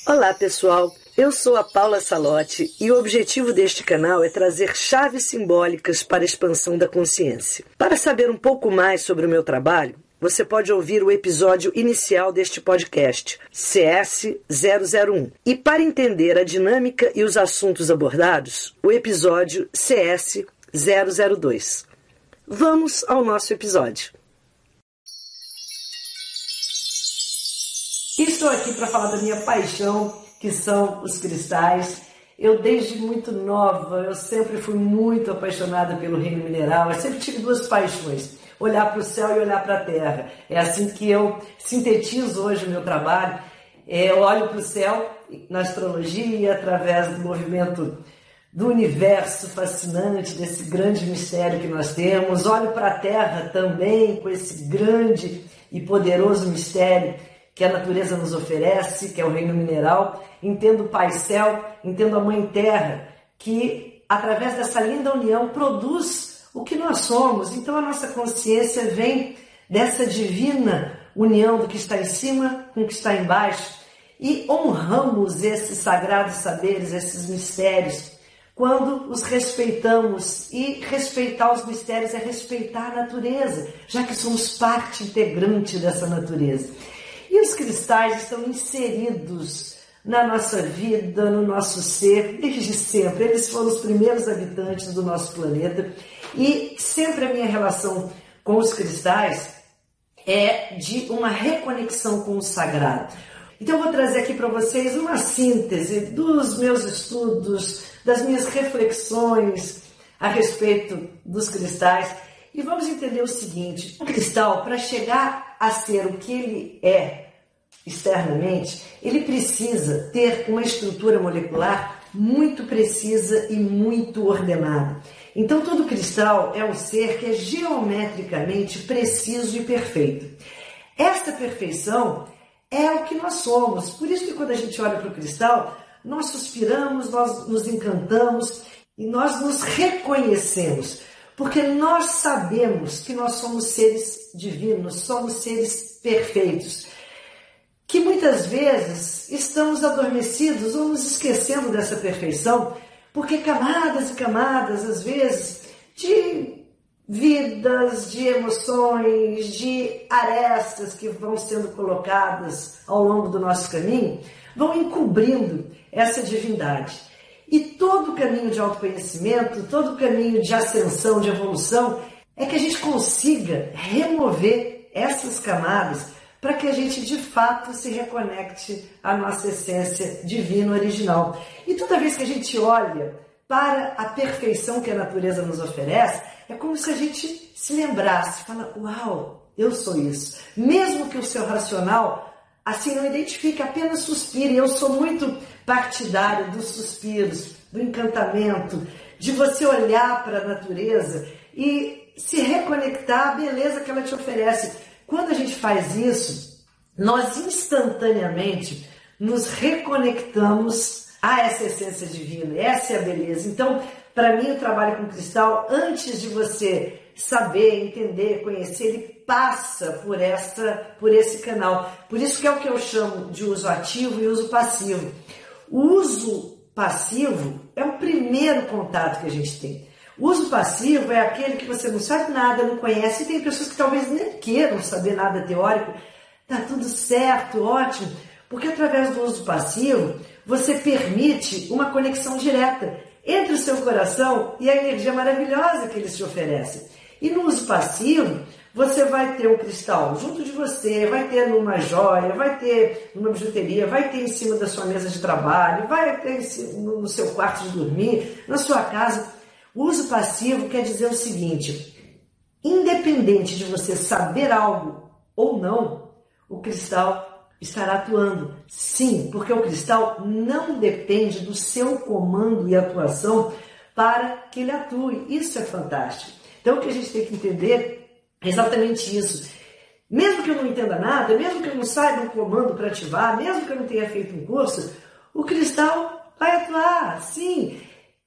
Olá pessoal, eu sou a Paula Salotti e o objetivo deste canal é trazer chaves simbólicas para a expansão da consciência. Para saber um pouco mais sobre o meu trabalho, você pode ouvir o episódio inicial deste podcast, CS001. E para entender a dinâmica e os assuntos abordados, o episódio CS002. Vamos ao nosso episódio. Estou aqui para falar da minha paixão, que são os cristais. Eu, desde muito nova, eu sempre fui muito apaixonada pelo reino mineral. Eu sempre tive duas paixões, olhar para o céu e olhar para a terra. É assim que eu sintetizo hoje o meu trabalho. Eu olho para o céu na astrologia, através do movimento do universo fascinante, desse grande mistério que nós temos. Olho para a terra também, com esse grande e poderoso mistério que a natureza nos oferece, que é o reino mineral. Entendo o Pai Céu, entendo a Mãe Terra, que através dessa linda união produz o que nós somos. Então a nossa consciência vem dessa divina união do que está em cima com o que está embaixo e honramos esses sagrados saberes, esses mistérios, quando os respeitamos. E respeitar os mistérios é respeitar a natureza, já que somos parte integrante dessa natureza. E os cristais estão inseridos na nossa vida, no nosso ser, desde sempre. Eles foram os primeiros habitantes do nosso planeta. E sempre a minha relação com os cristais é de uma reconexão com o sagrado. Então eu vou trazer aqui para vocês uma síntese dos meus estudos, das minhas reflexões a respeito dos cristais. E vamos entender o seguinte: o cristal, para chegar a ser o que ele é externamente, ele precisa ter uma estrutura molecular muito precisa e muito ordenada. Então todo cristal é um ser que é geometricamente preciso e perfeito. Esta perfeição é o que nós somos. Por isso que quando a gente olha para o cristal, nós suspiramos, nós nos encantamos e nós nos reconhecemos. Porque nós sabemos que nós somos seres divinos, somos seres perfeitos, que muitas vezes estamos adormecidos ou nos esquecendo dessa perfeição, porque camadas e camadas, às vezes, de vidas, de emoções, de arestas que vão sendo colocadas ao longo do nosso caminho, vão encobrindo essa divindade. E todo o caminho de autoconhecimento, todo o caminho de ascensão, de evolução, é que a gente consiga remover essas camadas para que a gente, de fato, se reconecte à nossa essência divina original. E toda vez que a gente olha para a perfeição que a natureza nos oferece, é como se a gente se lembrasse, fala, uau, eu sou isso. Mesmo que o seu racional assim não identifique, apenas suspire. Eu sou muito partidário dos suspiros, do encantamento, de você olhar para a natureza e se reconectar à beleza que ela te oferece. Quando a gente faz isso, nós instantaneamente nos reconectamos a essa essência divina, essa é a beleza. Então, para mim, o trabalho com cristal, antes de você saber, entender, conhecer, ele passa por esse canal. Por isso que é o que eu chamo de uso ativo e uso passivo. O uso passivo é o primeiro contato que a gente tem. O uso passivo é aquele que você não sabe nada, não conhece, e tem pessoas que talvez nem queiram saber nada teórico. Tá tudo certo, ótimo, porque através do uso passivo você permite uma conexão direta entre o seu coração e a energia maravilhosa que ele te oferece. E no uso passivo, você vai ter um cristal junto de você, vai ter numa joia, vai ter numa bijuteria, vai ter em cima da sua mesa de trabalho, vai ter no seu quarto de dormir, na sua casa. O uso passivo quer dizer o seguinte: independente de você saber algo ou não, o cristal estará atuando. Sim, porque o cristal não depende do seu comando e atuação para que ele atue. Isso é fantástico. Então o que a gente tem que entender é exatamente isso. Mesmo que eu não entenda nada, mesmo que eu não saiba um comando para ativar, mesmo que eu não tenha feito um curso, o cristal vai atuar. Sim,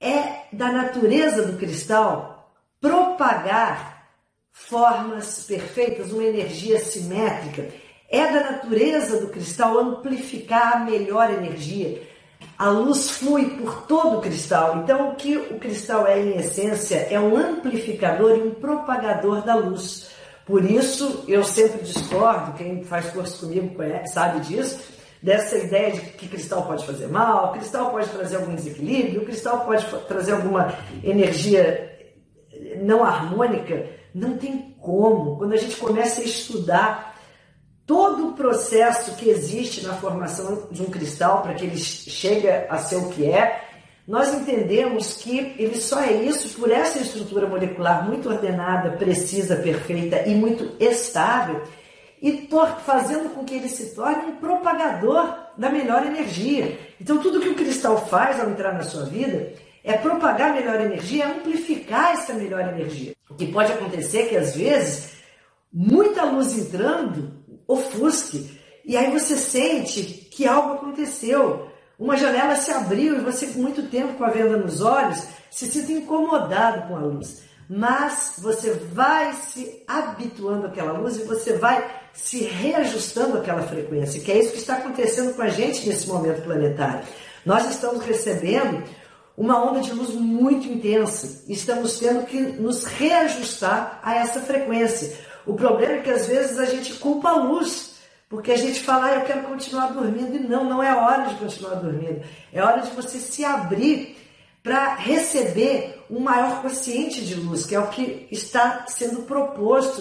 é da natureza do cristal propagar formas perfeitas, uma energia simétrica. É da natureza do cristal amplificar a melhor energia. A luz flui por todo o cristal. Então, o que o cristal é, em essência, é um amplificador e um propagador da luz. Por isso, eu sempre discordo, quem faz curso comigo sabe disso, dessa ideia de que cristal pode fazer mal, o cristal pode trazer algum desequilíbrio, o cristal pode trazer alguma energia não harmônica. Não tem como. Quando a gente começa a estudar todo o processo que existe na formação de um cristal para que ele chegue a ser o que é, nós entendemos que ele só é isso por essa estrutura molecular muito ordenada, precisa, perfeita e muito estável, e fazendo com que ele se torne um propagador da melhor energia. Então tudo que o cristal faz ao entrar na sua vida é propagar a melhor energia, é amplificar essa melhor energia. O que pode acontecer é que às vezes muita luz entrando ofusque, e aí você sente que algo aconteceu, uma janela se abriu e você, com muito tempo com a venda nos olhos, se sente incomodado com a luz. Mas você vai se habituando àquela luz e você vai se reajustando àquela frequência, que é isso que está acontecendo com a gente nesse momento planetário. Nós estamos recebendo uma onda de luz muito intensa e estamos tendo que nos reajustar a essa frequência. O problema é que às vezes a gente culpa a luz, porque a gente fala, eu quero continuar dormindo, e não é hora de continuar dormindo. É hora de você se abrir para receber um maior quociente de luz, que é o que está sendo proposto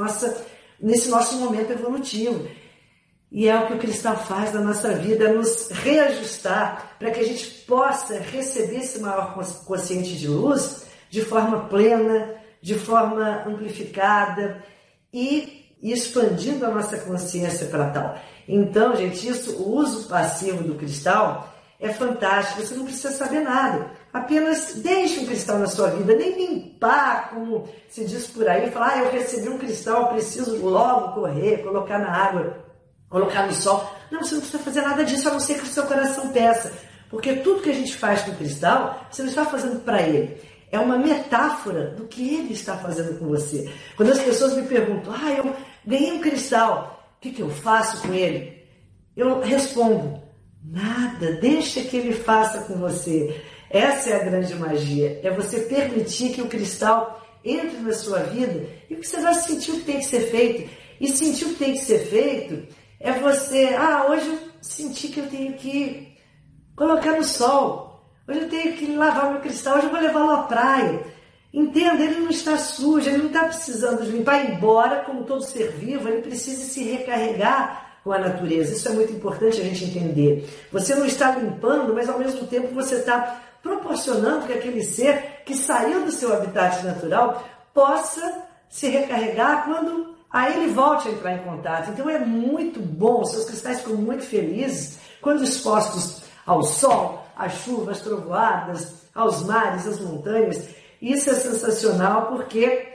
nesse nosso momento evolutivo. E é o que o cristal faz na nossa vida, nos reajustar para que a gente possa receber esse maior quociente de luz de forma plena, de forma amplificada e expandindo a nossa consciência para tal. Então, gente, o uso passivo do cristal é fantástico. Você não precisa saber nada. Apenas deixe um cristal na sua vida, nem limpar, como se diz por aí, falar, eu recebi um cristal, preciso logo correr, colocar na água, colocar no sol. Não, você não precisa fazer nada disso, a não ser que o seu coração peça. Porque tudo que a gente faz com o cristal, você não está fazendo para ele. É uma metáfora do que ele está fazendo com você. Quando as pessoas me perguntam, eu ganhei um cristal, o que eu faço com ele? Eu respondo, nada, deixa que ele faça com você. Essa é a grande magia, é você permitir que o cristal entre na sua vida e você vai sentir o que tem que ser feito. E sentir o que tem que ser feito é você, hoje eu senti que eu tenho que colocar no sol, hoje eu tenho que lavar meu cristal, hoje eu vou levá-lo à praia. Entenda, ele não está sujo, ele não está precisando de limpar, embora, como todo ser vivo, ele precise se recarregar com a natureza. Isso é muito importante a gente entender. Você não está limpando, mas ao mesmo tempo você está proporcionando que aquele ser que saiu do seu habitat natural possa se recarregar quando aí ele volte a entrar em contato. Então é muito bom, seus cristais ficam muito felizes quando expostos ao sol, às chuvas, às trovoadas, aos mares, às montanhas. Isso é sensacional porque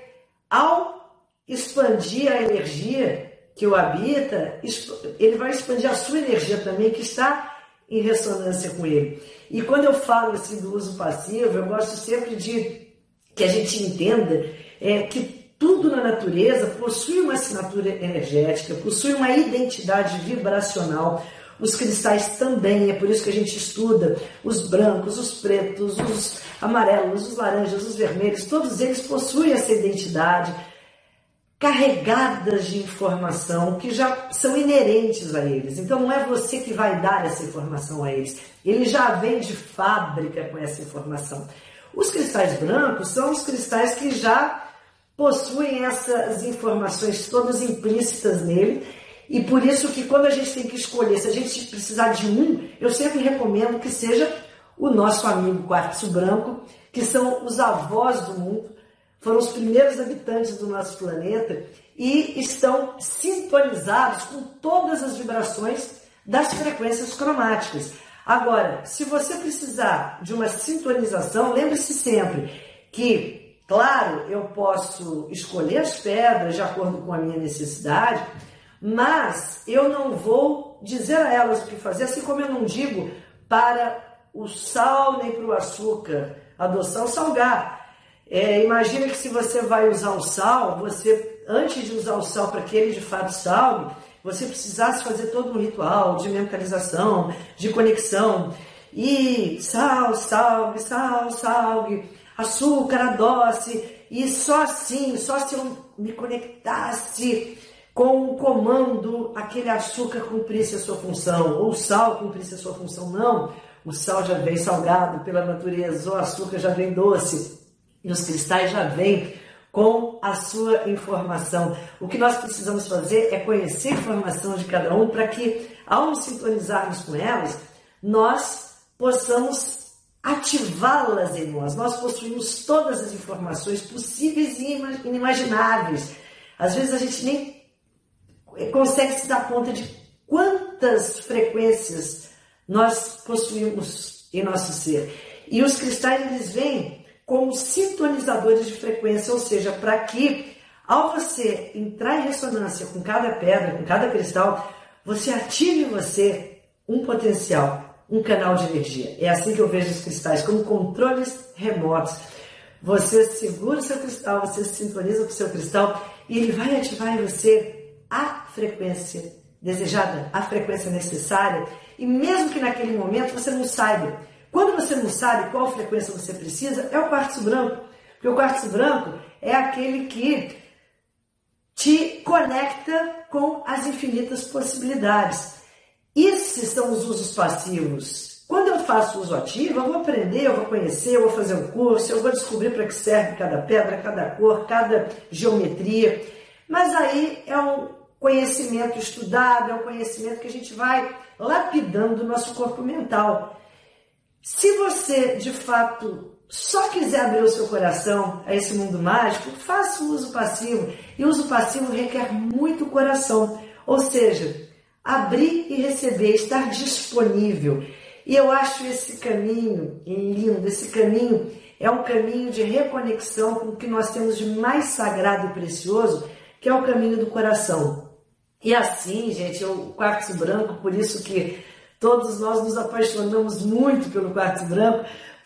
ao expandir a energia que o habita, ele vai expandir a sua energia também, que está em ressonância com ele. E quando eu falo assim do uso passivo, eu gosto sempre de que a gente entenda que tudo na natureza possui uma assinatura energética, possui uma identidade vibracional. Os cristais também, é por isso que a gente estuda os brancos, os pretos, os amarelos, os laranjas, os vermelhos, todos eles possuem essa identidade, carregadas de informação que já são inerentes a eles. Então não é você que vai dar essa informação a eles, ele já vem de fábrica com essa informação. Os cristais brancos são os cristais que já possuem essas informações todas implícitas nele, e por isso que quando a gente tem que escolher, se a gente precisar de um, eu sempre recomendo que seja o nosso amigo quartzo branco, que são os avós do mundo, foram os primeiros habitantes do nosso planeta e estão sintonizados com todas as vibrações das frequências cromáticas. Agora, se você precisar de uma sintonização, lembre-se sempre que, claro, eu posso escolher as pedras de acordo com a minha necessidade, mas eu não vou dizer a elas o que fazer, assim como eu não digo para o sal nem para o açúcar, adoçar ou salgar. Imagina que se você vai usar o sal, você, antes de usar o sal para que ele de fato salgue, você precisasse fazer todo um ritual de mentalização, de conexão, e salve, açúcar, adoce, e só assim, só se eu me conectasse com o comando, aquele açúcar cumprisse a sua função, ou o sal cumprisse a sua função. Não, o sal já vem salgado pela natureza, o açúcar já vem doce, e os cristais já vêm com a sua informação. O que nós precisamos fazer é conhecer a informação de cada um para que, ao nos sintonizarmos com elas, nós possamos ativá-las em nós. Nós possuímos todas as informações possíveis e inimagináveis. Às vezes a gente nem consegue se dar conta de quantas frequências nós possuímos em nosso ser. E os cristais, eles vêm como sintonizadores de frequência, ou seja, para que, ao você entrar em ressonância com cada pedra, com cada cristal, você ative em você um potencial, um canal de energia. É assim que eu vejo os cristais, como controles remotos. Você segura o seu cristal, você se sintoniza com o seu cristal e ele vai ativar em você a frequência desejada, a frequência necessária, e mesmo que naquele momento você não saiba. Quando você não sabe qual frequência você precisa, é o quartzo branco. Porque o quartzo branco é aquele que te conecta com as infinitas possibilidades. Esses são os usos passivos. Quando eu faço uso ativo, eu vou aprender, eu vou conhecer, eu vou fazer um curso, eu vou descobrir para que serve cada pedra, cada cor, cada geometria. Mas aí é um conhecimento estudado, é um conhecimento que a gente vai lapidando o nosso corpo mental. Se você, de fato, só quiser abrir o seu coração a esse mundo mágico, faça o uso passivo. E o uso passivo requer muito coração. Ou seja, abrir e receber, estar disponível. E eu acho esse caminho lindo. Esse caminho é um caminho de reconexão com o que nós temos de mais sagrado e precioso, que é o caminho do coração. E assim, gente, o quartzo branco, por isso que todos nós nos apaixonamos muito pelo quartzo branco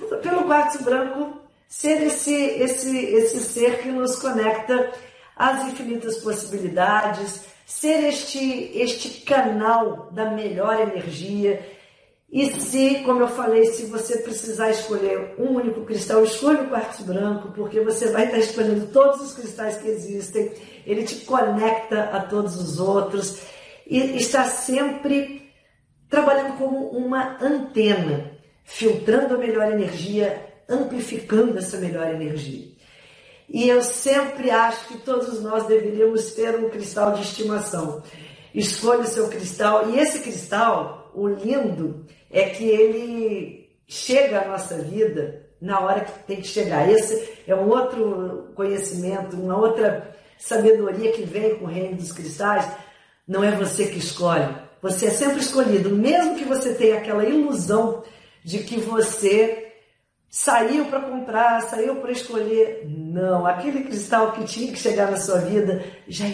ser esse ser que nos conecta às infinitas possibilidades, ser este canal da melhor energia. E se, como eu falei, se você precisar escolher um único cristal, escolha o quartzo branco, porque você vai estar escolhendo todos os cristais que existem, ele te conecta a todos os outros e está sempre trabalhando como uma antena, filtrando a melhor energia, amplificando essa melhor energia. E eu sempre acho que todos nós deveríamos ter um cristal de estimação. Escolha o seu cristal, e esse cristal, o lindo, é que ele chega à nossa vida na hora que tem que chegar. Esse é um outro conhecimento, uma outra sabedoria que vem com o reino dos cristais. Não é você que escolhe. Você é sempre escolhido, mesmo que você tenha aquela ilusão de que você saiu para comprar, saiu para escolher. Não, aquele cristal que tinha que chegar na sua vida já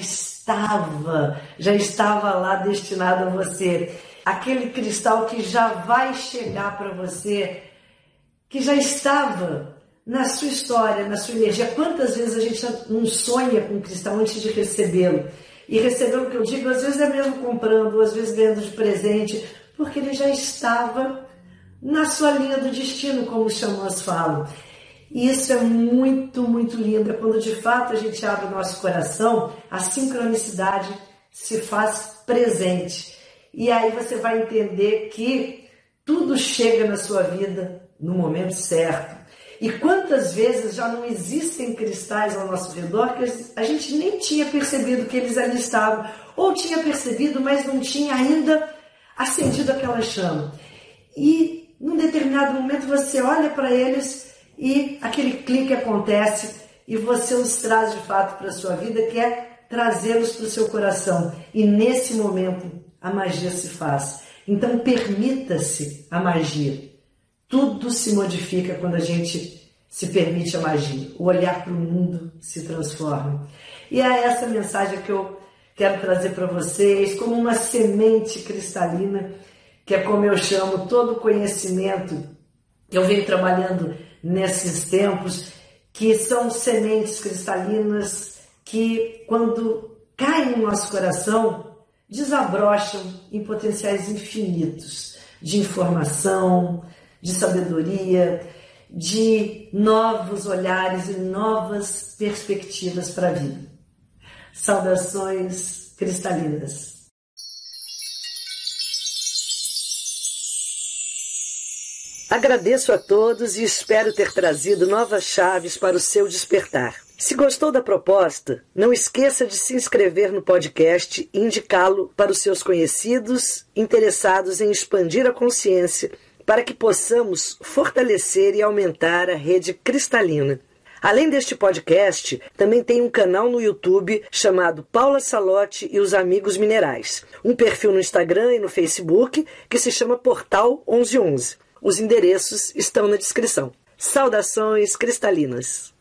estava lá destinado a você. Aquele cristal que já vai chegar para você, que já estava na sua história, na sua energia. Quantas vezes a gente não sonha com um cristal antes de recebê-lo? E recebendo o que eu digo, às vezes é mesmo comprando, às vezes ganhando de presente, porque ele já estava na sua linha do destino, como os xamãs falam. E isso é muito, muito lindo. É quando de fato a gente abre o nosso coração, a sincronicidade se faz presente. E aí você vai entender que tudo chega na sua vida no momento certo. E quantas vezes já não existem cristais ao nosso redor que a gente nem tinha percebido que eles ali estavam, ou tinha percebido, mas não tinha ainda acendido aquela chama. E num determinado momento você olha para eles e aquele clique acontece e você os traz de fato para a sua vida, que é trazê-los para o seu coração. E nesse momento a magia se faz. Então permita-se a magia. Tudo se modifica quando a gente se permite a magia. O olhar para o mundo se transforma. E é essa mensagem que eu quero trazer para vocês, como uma semente cristalina, que é como eu chamo todo o conhecimento que eu venho trabalhando nesses tempos, que são sementes cristalinas que, quando caem no nosso coração, desabrocham em potenciais infinitos de informação, de sabedoria, de novos olhares e novas perspectivas para a vida. Saudações cristalinas. Agradeço a todos e espero ter trazido novas chaves para o seu despertar. Se gostou da proposta, não esqueça de se inscrever no podcast e indicá-lo para os seus conhecidos interessados em expandir a consciência para que possamos fortalecer e aumentar a rede cristalina. Além deste podcast, também tem um canal no YouTube chamado Paula Salotti e os Amigos Minerais, um perfil no Instagram e no Facebook que se chama Portal 1111. Os endereços estão na descrição. Saudações cristalinas!